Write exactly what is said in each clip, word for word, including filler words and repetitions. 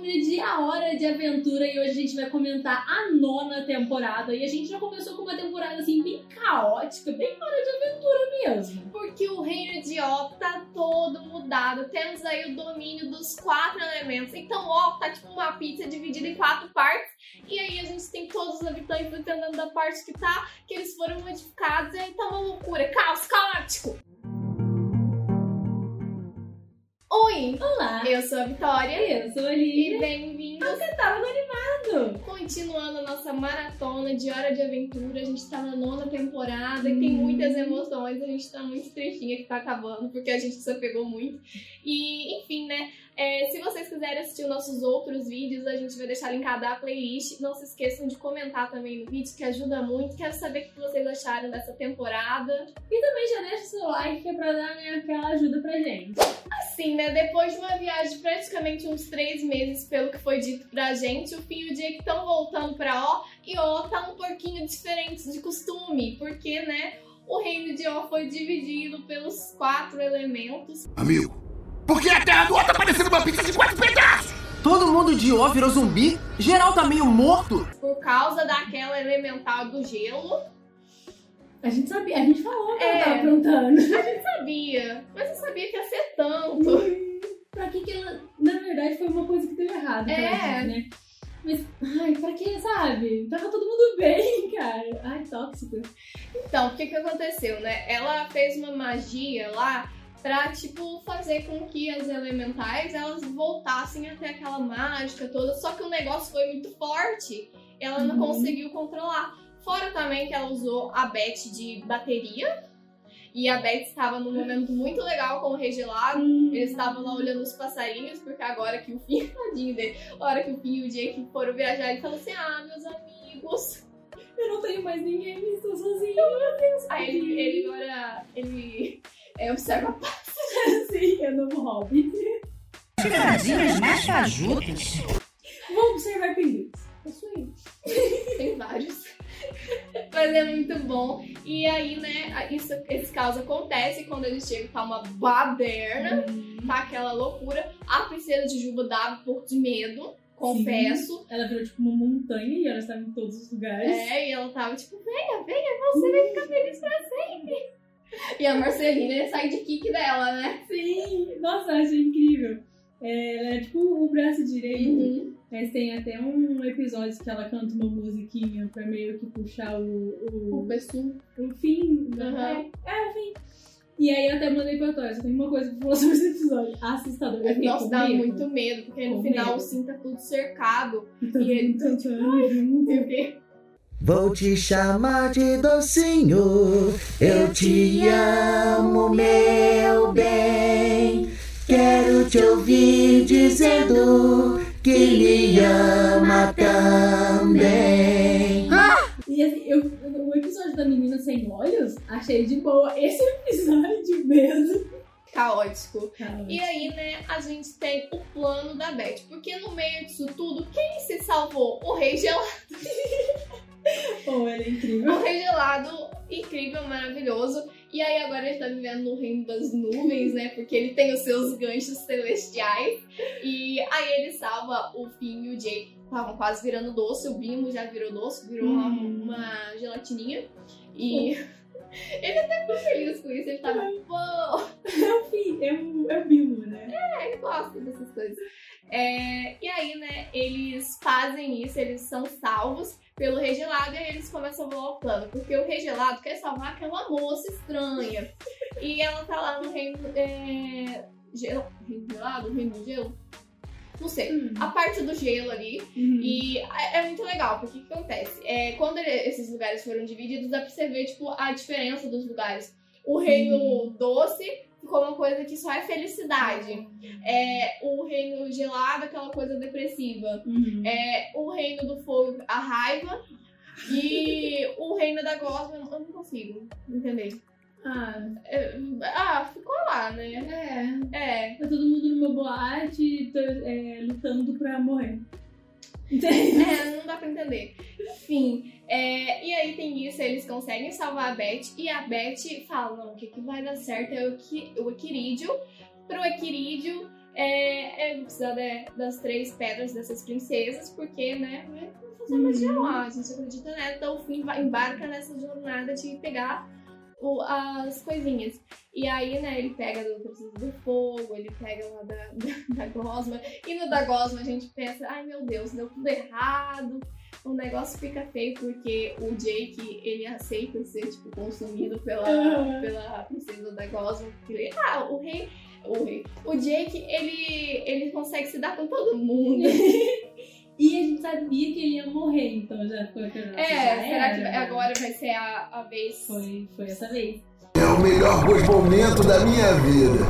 nome de A Hora de Aventura e hoje a gente vai comentar a nona temporada. E a gente já começou com uma temporada assim bem caótica, bem Hora de Aventura mesmo. Porque o reino de Op tá todo mudado. Temos aí o domínio dos quatro elementos. Então Op tá tipo uma pizza dividida em quatro partes. E aí a gente tem todos os habitantes dependendo da parte que tá, que eles foram modificados. E aí tá uma loucura, caos caótico. Oi! Olá! Eu sou a Vitória. Eu sou a Lívia. E bem-vindos! Você tava no animado! Continuando a nossa maratona de Hora de Aventura, a gente tá na nona temporada hum. e tem muitas emoções, a gente tá muito tristinha que tá acabando, porque a gente se apegou muito. E, enfim, né? É, se vocês quiserem assistir os nossos outros vídeos, a gente vai deixar linkada a playlist. Não se esqueçam de comentar também no vídeo, que ajuda muito. Quero saber o que vocês acharam dessa temporada. E também já deixa o seu like, que é pra dar, né, aquela ajuda pra gente. Assim, né, depois de uma viagem de praticamente uns três meses, pelo que foi dito pra gente, o Finn e o Jake estão voltando pra O, e O tá um pouquinho diferente de costume, porque, né, o reino de O foi dividido pelos quatro elementos. Amigo, por que a terra do O tá parecendo uma pizza de quatro pedaços? Todo mundo de O virou zumbi? Geral tá meio morto? Por causa daquela elemental do gelo. A gente sabia, a gente falou que é, ela tava aprontando. A gente sabia, mas eu sabia que ia ser tanto. Pra que que ela... Na verdade, foi uma coisa que deu errado pra é. gente, né? Mas, ai, pra que, sabe? Tava todo mundo bem, cara. Ai, tóxico. Então, o que que aconteceu, né? Ela fez uma magia lá pra, tipo, fazer com que as elementais, elas voltassem até aquela mágica toda. Só que o negócio foi muito forte. Ela não uhum. conseguiu controlar. Fora também que ela usou a Beth de bateria. E a Beth estava num momento muito legal com o Rei Gelado. Hum. Eles estavam lá olhando os passarinhos, porque agora que o Finn, tadinho dele, a hora que o Finn e o Jake foram viajar, ele falou assim, ah, meus amigos, eu não tenho mais ninguém, me estou sozinho. Meu Deus. Aí ele, ele agora, ele é, observa pássaros. Sim, é o novo hobby. Cidadinhas mais fajutas. Vou observar pinguins. Possuí. Tem vários. Mas é muito bom. E aí, né, isso, esse caos acontece quando eles chegam, tá uma baderna, hum. tá aquela loucura. A princesa de Juba dava um pouco de medo, confesso. Sim. Ela virou tipo uma montanha e ela estava em todos os lugares. É, e ela tava tipo, venha, venha, você hum. vai ficar feliz pra sempre. E a Marcelina é sidekick dela, né? Sim, nossa, achei incrível. É, ela é tipo o braço direito. Uhum. Mas tem até um episódio que ela canta uma musiquinha pra meio que puxar o... O, o pessoal. O fim. Uhum. É, é, o fim. E aí eu até mandei pra Tória, só tem uma coisa pra falar sobre esse episódio. Assustador. É, nossa, dá medo. muito medo, porque com no final medo. O Sim tá tudo cercado. Então, e ele tá tipo... Vou te chamar de docinho, eu te amo, meu bem. Quero te ouvir dizendo que me ama também. Ah! E assim, eu, o episódio da menina sem olhos, achei de boa. Esse episódio mesmo. Caótico. Caótico. E aí, né, a gente tem o plano da Beth. Porque no meio disso tudo, quem se salvou? O Rei Gelado. Oh, ele é incrível. O Rei Gelado, incrível, maravilhoso. E aí agora ele tá vivendo no reino das nuvens, né? Porque ele tem os seus ganchos celestiais. E aí ele salva o Finn e o Jake. Estavam quase virando doce. O Bimbo já virou doce, virou hum. uma, uma gelatininha. E hum. ele até ficou feliz com isso. Ele tava, pô! É o Finn, é o, é o Bimbo, né? É, ele gosta dessas coisas. É, e aí, né, eles fazem isso, eles são salvos pelo Rei Gelado e aí eles começam a voar o plano, porque o Rei Gelado quer salvar aquela moça estranha. E ela tá lá no reino é, gelo, reino gelado, reino do gelo, não sei, hum. a parte do gelo ali. Uhum. E é, é muito legal, porque o que acontece? É, quando ele, esses lugares foram divididos, dá pra você ver tipo, a diferença dos lugares. O reino uhum. doce ficou uma coisa que só é felicidade. É, o reino gelado, aquela coisa depressiva. Uhum. É, o reino do fogo, a raiva. E o reino da gosma, eu não consigo entender. Ah, é, ah, ficou lá, né? É. É. Tá todo mundo numa boate, é, lutando pra morrer. É, não dá pra entender. Enfim, é, e aí tem isso, eles conseguem salvar a Beth e a Beth fala, não, o que, que vai dar certo é o, equi, o equilíbrio. Pro equilíbrio, é, é, vai precisar de, das três pedras dessas princesas, porque, né, vai fazer magia lá, a gente acredita, né? Então o Finn vai, embarca nessa jornada de pegar o, as coisinhas. E aí, né, ele pega do Princesa do Fogo, ele pega lá da, da, da Gosma, e no da Gosma a gente pensa, ai meu Deus, deu tudo errado. O negócio fica feio porque o Jake, ele aceita ser, tipo, consumido pela, uhum. pela princesa da Gosma. Porque, ah, o rei, o rei, o Jake, ele, ele consegue se dar com todo mundo. E a gente sabia que ele ia morrer, então já foi aquela. É, será era, que agora vai ser a, a vez? Foi, foi essa vez. É o melhor momento da minha vida.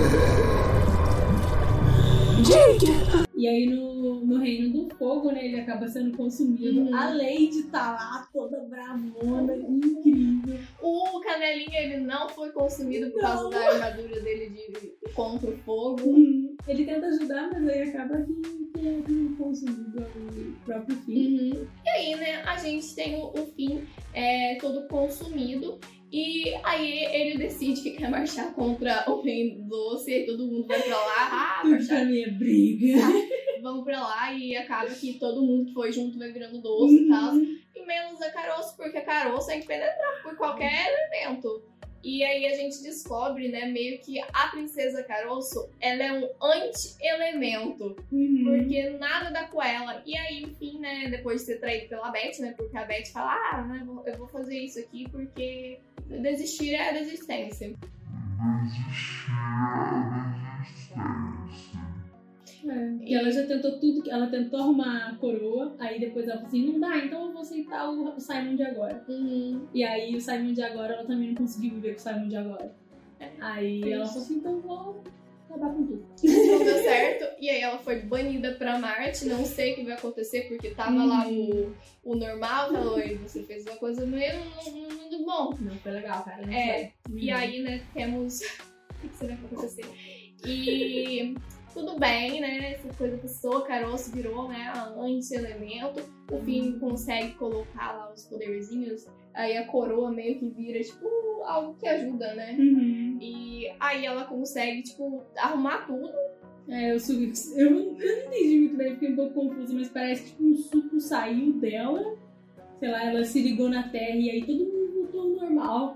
Jake! E aí no, no Reino do Fogo, né, ele acaba sendo consumido. Uhum. A Lady tá lá toda bravona, incrível. O Canelinha, ele não foi consumido por causa não. da armadura dele de contra o fogo. Uhum. Ele tenta ajudar, mas aí acaba que, que é consumido o próprio Finn. Uhum. E aí, né, a gente tem o, o Finn é, todo consumido. E aí ele decide que quer marchar contra o Reino Doce, e todo mundo vai pra lá. Ah, marchar minha briga. Ah, vamos pra lá e acaba que todo mundo que foi junto vai virando doce uhum. e tal. E menos a Caroço, porque a Caroço é impenetrável por qualquer elemento. E aí a gente descobre, né, meio que a Princesa Caroço, ela é um anti-elemento. Uhum. Porque nada dá com ela. E aí, enfim, né, depois de ser traído pela Beth, né, porque a Beth fala, ah, né, eu vou fazer isso aqui porque desistir é a desistência. Desistir é a desistência. É, e ela já tentou tudo, ela tentou arrumar a coroa, aí depois ela falou assim, não dá, então eu vou aceitar o Simon de agora. Uhum. E aí o Simon de agora, ela também não conseguiu viver com o Simon de agora. É. Aí Triste. Ela falou assim, então eu vou acabar com tudo. Não deu certo, e aí ela foi banida pra Marte, não sei o que vai acontecer, porque tava uhum. lá o, o normal, falou, e você fez uma coisa meio muito bom. Não foi legal, cara. Não é, foi. E aí, né, temos... o que será que vai acontecer? E... tudo bem, né? Essa coisa passou, a Caroço virou, né, a anti-elemento. O Finn consegue colocar lá os poderzinhos. Aí a coroa meio que vira, tipo, algo que ajuda, né? Uhum. E aí ela consegue, tipo, arrumar tudo. É, eu, subi, eu, não, eu não entendi muito bem, fiquei um pouco confusa, mas parece que tipo, um suco saiu dela. Sei lá, ela se ligou na terra e aí todo mundo voltou ao normal.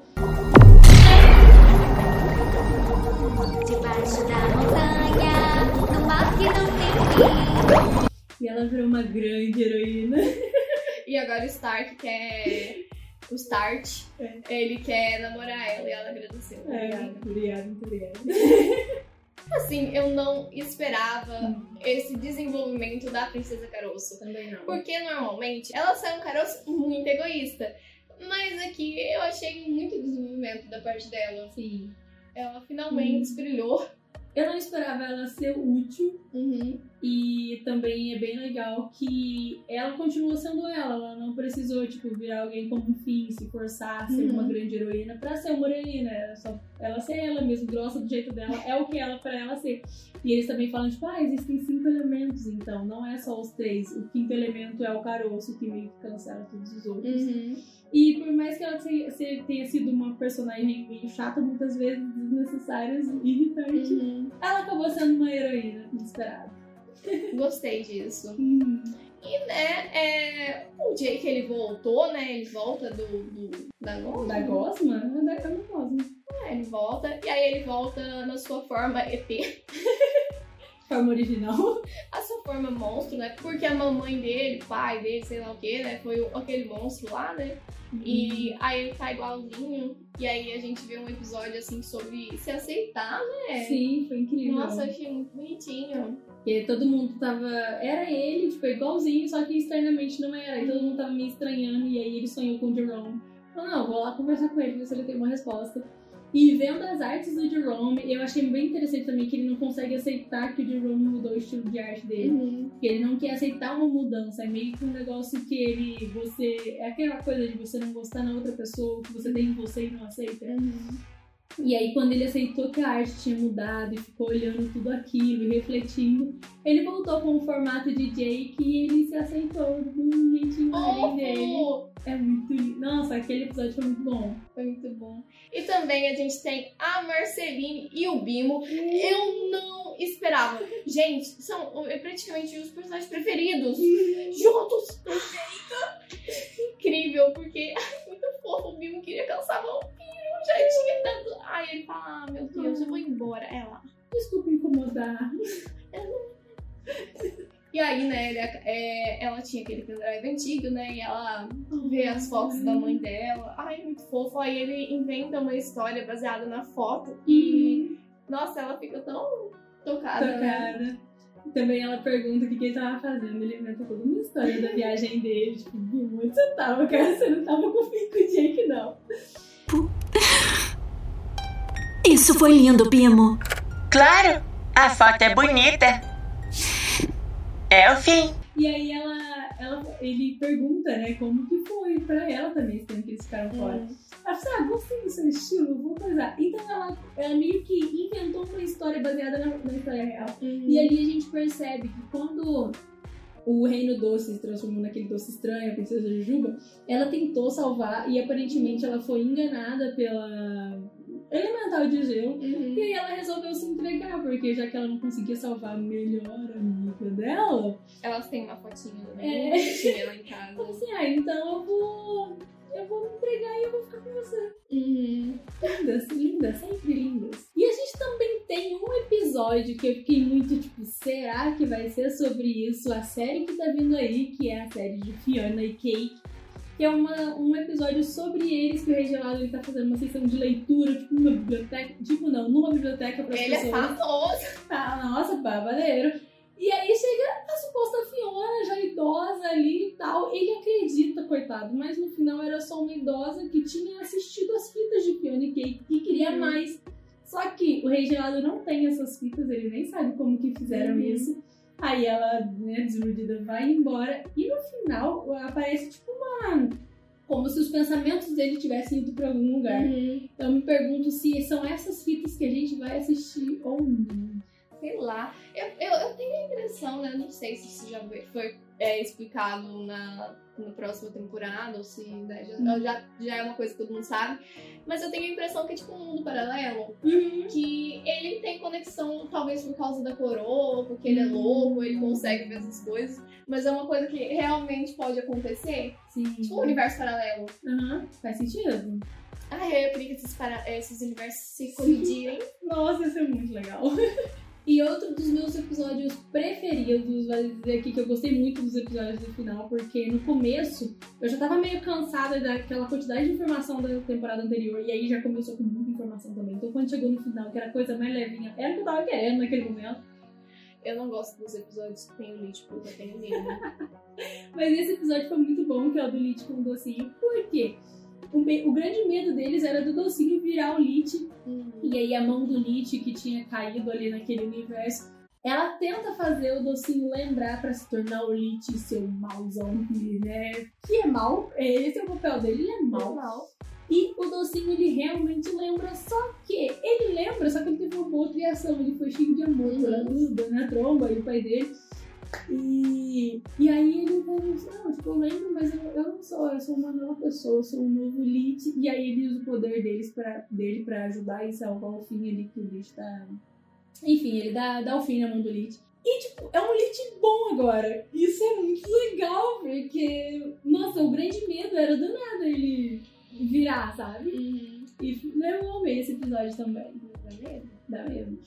Debaixo da montanha, no mar que não tem fim. E ela virou uma grande heroína. E agora o Stark quer... O Start, é. ele quer namorar ela e ela agradeceu. É, obrigada, muito obrigada. Assim, eu não esperava hum. esse desenvolvimento da Princesa Caroço. Também não. Porque normalmente ela sai um caroço muito egoísta. Mas aqui eu achei muito desenvolvimento da parte dela. Sim. Ela finalmente hum. brilhou. Eu não esperava ela ser útil. Uhum. E também é bem legal que ela continua sendo ela. Ela não precisou, tipo, virar alguém como um fim, se forçar a ser uhum. uma grande heroína pra ser uma heroína. Ela, só, ela ser ela mesmo, grossa do jeito dela, é o que ela pra ela ser. E eles também falam, tipo, ah, existem cinco elementos, então. Não é só os três. O quinto elemento é o caroço, que meio que cancela todos os outros. Uhum. E por mais que ela tenha sido uma personagem meio chata, muitas vezes desnecessária e irritante, uhum. ela acabou sendo uma heroína inesperada. Gostei disso. Uhum. E, né, é, o Jake, ele voltou, né, ele volta do, do da Gosma. Da Gosma? Da Gosma. É, ele volta, e aí ele volta na sua forma E T. Forma original. A sua forma monstro, né? Porque a mamãe dele, pai dele, sei lá o que, né? Foi aquele monstro lá, né? Uhum. E aí ele tá igualzinho. E aí a gente vê um episódio, assim, sobre se aceitar, né? Sim, foi incrível. Nossa, eu achei muito bonitinho. E todo mundo tava... Era ele, tipo, igualzinho, só que externamente não era. E todo mundo tava meio estranhando. E aí ele sonhou com o Jerome. Falou, não, vou lá conversar com ele, ver se ele tem uma resposta. E vendo as artes do Jerome, eu achei bem interessante também que ele não consegue aceitar que o Jerome mudou o estilo de arte dele. Uhum. Que ele não quer aceitar uma mudança. É meio que um negócio que ele... Você... É aquela coisa de você não gostar na outra pessoa, que você tem em você e não aceita. Uhum. E aí, quando ele aceitou que a arte tinha mudado e ficou olhando tudo aquilo e refletindo, ele voltou com o formato de Jake e ele se aceitou do jeitinho Oh, dele. É muito lindo. Nossa, aquele episódio foi muito bom. Foi muito bom. E também a gente tem a Marceline e o Bimo. Eu não esperava. Gente, são praticamente os personagens preferidos. Juntos. Perfeito. Incrível, porque ai, muito fofo. O Bimo queria caçar vampiro. Já tinha dado. Ai, ele fala, ah, meu Deus, eu vou embora. Ela. Desculpa incomodar. E aí, né, ele, é, ela tinha aquele pendrive antigo, né, e ela vê as fotos da mãe dela. Ai, muito fofo. Aí ele inventa uma história baseada na foto e, nossa, ela fica tão tocada, Tocada. né? Também ela pergunta o que, que ele tava fazendo. Ele inventa toda uma história da viagem dele. Tipo, Bimo, onde você tava, cara? Você não tava com o filho com o Jake, não. Isso foi lindo, Bimo. Claro, a foto é bonita. É o fim. E aí ela, ela, ele pergunta, né, como que foi pra ela também, esse tempo que eles ficaram fora. Hum. Ela fala, ah, gostei do seu estilo, vou coisar. Então ela, ela meio que inventou uma história baseada na, na história real. Hum. E ali a gente percebe que quando o Reino Doce se transformou naquele doce estranho, a Princesa Jujuba, ela tentou salvar e aparentemente ela foi enganada pela Elemental de Gelo. Uhum. E aí ela resolveu se entregar, porque já que ela não conseguia salvar a melhor amiga dela, Elas têm uma fotinha também. É. Bonitinha lá em casa. ela falou assim, ah, então eu vou... eu vou me entregar e eu vou ficar com você. Uhum. Lindas, lindas, sempre lindas. E a gente também tem um episódio que eu fiquei muito tipo, será que vai ser sobre isso? A série que tá vindo aí, que é a série de Fiona e Cake, que é uma, um episódio sobre eles, que o Rei Gelado ele tá fazendo uma sessão de leitura, tipo numa biblioteca, tipo não, numa biblioteca para as Ele pessoas. é famoso. Ah, nossa, babadeiro. E aí chega a suposta Fiona, já idosa ali e tal. Ele acredita, coitado, mas no final era só uma idosa que tinha assistido as fitas de Fiona e Cake e queria Uhum. mais. Só que o Rei Gelado não tem essas fitas, ele nem sabe como que fizeram Uhum. isso. Aí ela, né, desiludida, vai embora. E no final aparece tipo uma... como se os pensamentos dele tivessem ido pra algum lugar. Uhum. Então eu me pergunto se são essas fitas que a gente vai assistir ou não. Sei lá. Eu, eu, eu tenho a impressão, né? Não sei se isso já foi é, explicado na, na próxima temporada ou se né, já, Uhum. já, já é uma coisa que todo mundo sabe. Mas eu tenho a impressão que é tipo um mundo paralelo. Uhum. Que ele tem conexão, talvez por causa da coroa, porque ele é louco, ele consegue ver essas coisas. Mas é uma coisa que realmente pode acontecer. Sim. Tipo um universo paralelo. Aham, faz sentido. Ah, eu queria que esses, para... esses universos se colidirem. Nossa, isso é muito legal. E outro dos meus episódios preferidos, vai dizer aqui que eu gostei muito dos episódios do final, porque no começo eu já tava meio cansada daquela quantidade de informação da temporada anterior, e aí já começou com muita informação também. Então quando chegou no final, que era a coisa mais levinha, era o que eu tava querendo naquele momento. Eu não gosto dos episódios que tem o Lich, porque eu tenho medo. Mas esse episódio foi muito bom, que é o do Lich com o docinho. Por quê? O, me- o grande medo deles era do docinho virar o Lich. Uhum. E aí a mão do Lich, que tinha caído ali naquele universo, ela tenta fazer o docinho lembrar pra se tornar o Lich seu mauzão, que, né? Que é mal. É, esse é o papel dele, ele é mal. Normal. E o docinho, ele realmente lembra, só que ele lembra, só que ele teve uma boa criação, ele foi cheio de amor Uhum. pela Dona Tromba e o pai dele. E, e aí ele vai dizer, não, tipo, eu lembro, mas eu, eu não sou, eu sou uma nova pessoa, eu sou um novo Lich. E aí ele usa o poder deles pra, dele pra ajudar e salvar o fim ali que o Lich tá... Enfim, ele dá, dá o fim na mão do Lich. E, tipo, é um Lich bom agora. Isso é muito legal, porque, nossa, o grande medo era do nada ele virar, sabe? Uhum. E eu amei esse episódio também. Dá medo? Dá mesmo.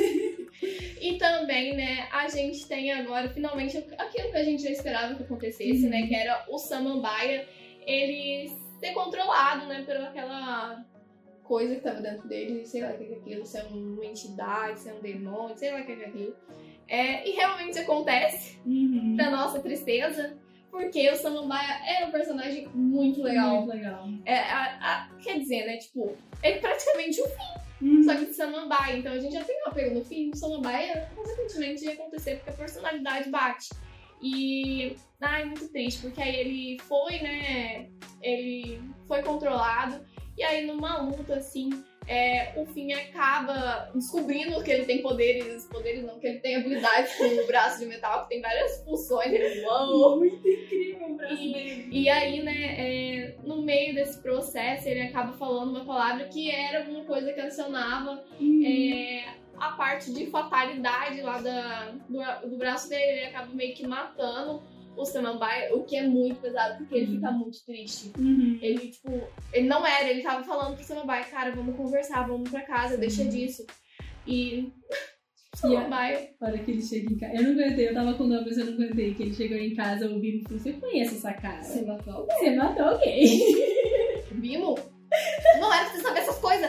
E também, né, a gente tem agora, finalmente, aquilo que a gente já esperava que acontecesse, Uhum. né, que era o Samambaia, ele ser controlado, né, por aquela coisa que tava dentro dele, sei lá o que é aquilo, se é uma entidade, se é um demônio, sei lá o que é aquilo. É, e realmente acontece, Uhum. pra nossa tristeza, porque o Samambaia é um personagem muito legal. Muito legal. É, a- a- quer dizer, né, tipo, é praticamente o Uhum. só que de Samambaia, então a gente já tem um apego no fim, o Samambaia, consequentemente, ia acontecer porque a personalidade bate. E, ai, muito triste, porque aí ele foi, né, ele foi controlado, e aí numa luta, assim, é, o Finn acaba descobrindo que ele tem poderes, poderes não, que ele tem habilidades com o braço de metal, que tem várias funções, ele uou! Muito incrível o braço E, dele. e aí, né, é, no meio desse processo, ele acaba falando uma palavra que era alguma coisa que acionava Hum. é, a parte de fatalidade lá da, do, do braço dele. Ele acaba meio que matando o Samambaia, o que é muito pesado, porque ele fica muito triste. Uhum. Ele, tipo, ele não era, ele tava falando pro Samambaia, cara, vamos conversar, vamos pra casa, deixa disso. E... Samambaia... A hora que ele chega em casa... Eu não aguentei, eu tava com dó, mas eu não aguentei. Que ele chegou em casa ouvindo e falou, você conhece essa cara? Você matou alguém? Você matou alguém. Bimo? Não era pra você saber essas coisas.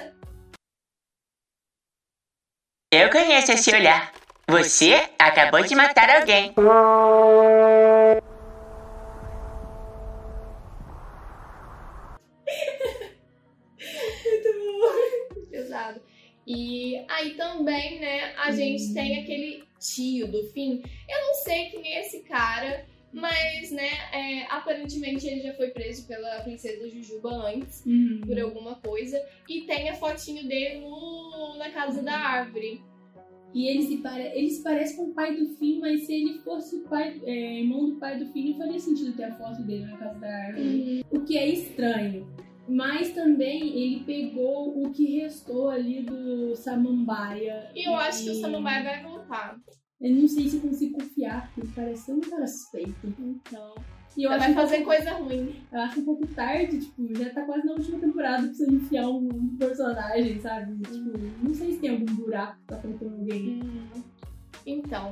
Eu conheço esse olhar. Você acabou de matar alguém. Pesado. E aí também, né, a gente tem aquele tio do Finn. Eu não sei quem é esse cara, mas, né, é, aparentemente ele já foi preso pela princesa Jujuba antes, Uhum. por alguma coisa. E tem a fotinho dele no, na casa da árvore. E ele se, pare... ele se parece com o pai do Finn, mas se ele fosse o pai, é, irmão do pai do Finn, não faria sentido ter a foto dele na casa da árvore. Uhum. O que é estranho. Mas também ele pegou o que restou ali do Samambaia. E eu acho que o Samambaia vai voltar. Eu não sei se eu consigo confiar, porque ele parece um cara suspeito. Então, E eu vai acho, um fazer pouco, coisa ruim. eu acho um pouco tarde, tipo, já tá quase na última temporada pra você enfiar um personagem, sabe? Tipo, não sei se tem algum buraco que tá faltando alguém. Hum. Então,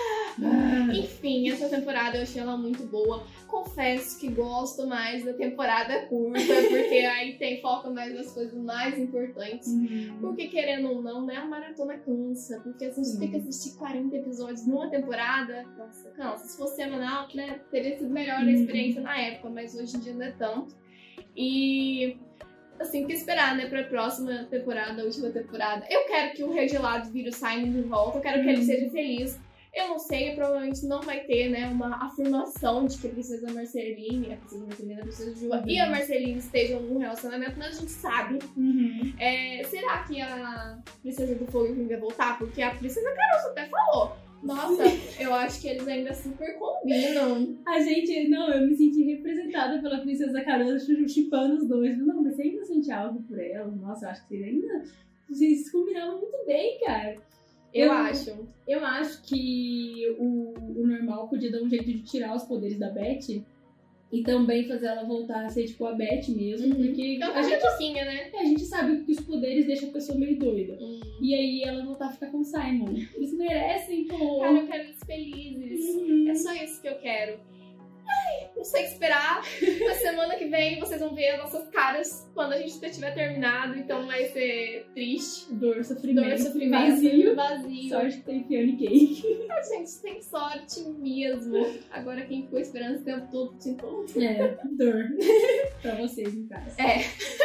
Ah. enfim, essa temporada eu achei ela muito boa. Confesso que gosto mais da temporada curta, porque aí tem foco mais nas coisas mais importantes. Uhum. Porque, querendo ou não, né, a maratona cansa. Porque a gente Sim. tem que assistir quarenta episódios numa temporada. Nossa, cansa. Se fosse semanal, né, teria sido melhor a Uhum. experiência na época, mas hoje em dia não é tanto. E... assim, tem que esperar, né, pra próxima temporada, a última temporada. Eu quero que o Rei Gelado vire o Simon de volta, eu quero que ele Uhum. seja feliz. Eu não sei, provavelmente não vai ter, né, uma afirmação de que a Princesa Marceline, a Princesa Marceline, a Princesa Juba Uhum. e a Marceline estejam num relacionamento, mas a gente sabe. Uhum. É, será que a Princesa do Fogo e o Fim vai voltar? Porque a Princesa Caroço até falou. Nossa, eu acho que eles ainda super combinam. A gente, não, eu me senti representada pela Princesa Caroço chipando os dois. Não, mas você ainda sente algo por ela? Nossa, eu acho que você ainda... Vocês combinavam muito bem, cara. Eu, Eu- acho. Eu acho que o, o normal podia dar um jeito de tirar os poderes da Beth e também fazer ela voltar a ser tipo a Beth mesmo, Uhum. porque Então a tá gente, fofinha, né? a gente sabe que os poderes deixam a pessoa meio doida. Hum. E aí ela voltar a ficar com o Simon. Eles merecem, pô. Cara, eu quero eles felizes. Uhum. É só isso que eu quero. Ai, não sei o que esperar. Na semana que vem vocês vão ver as nossas caras quando a gente tiver terminado. Então vai ser triste. Dor, sofrimento, Dor, sofrimento, vazio. vazio. Sorte que tem Fiona e Cake. A gente tem sorte mesmo. Agora quem ficou esperando esse tempo todo, sinto. É, dor. Pra vocês, em casa. É.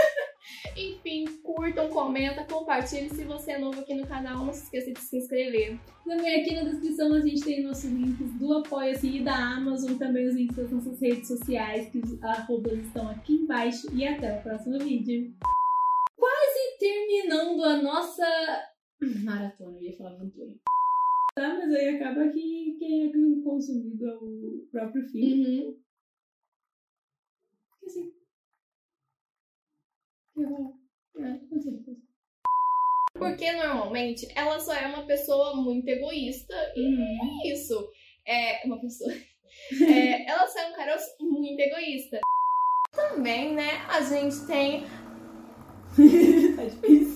Enfim, curtam, comenta, compartilhem. Se você é novo aqui no canal, não se esqueça de se inscrever. Também aqui na descrição a gente tem nossos links do Apoia-se e da Amazon, também os links das nossas redes sociais, que os arrobas estão aqui embaixo. E até o próximo vídeo. Quase terminando a nossa maratona, eu ia falar aventura. Tá, mas aí acaba que quem é consumido é o próprio filme. Uhum. Assim. Eu vou... É, não sei. Porque normalmente ela só é uma pessoa muito egoísta e Uhum. é isso. É uma pessoa. É, ela só é um caroço muito egoísta. Também, né, a gente tem. Tá difícil.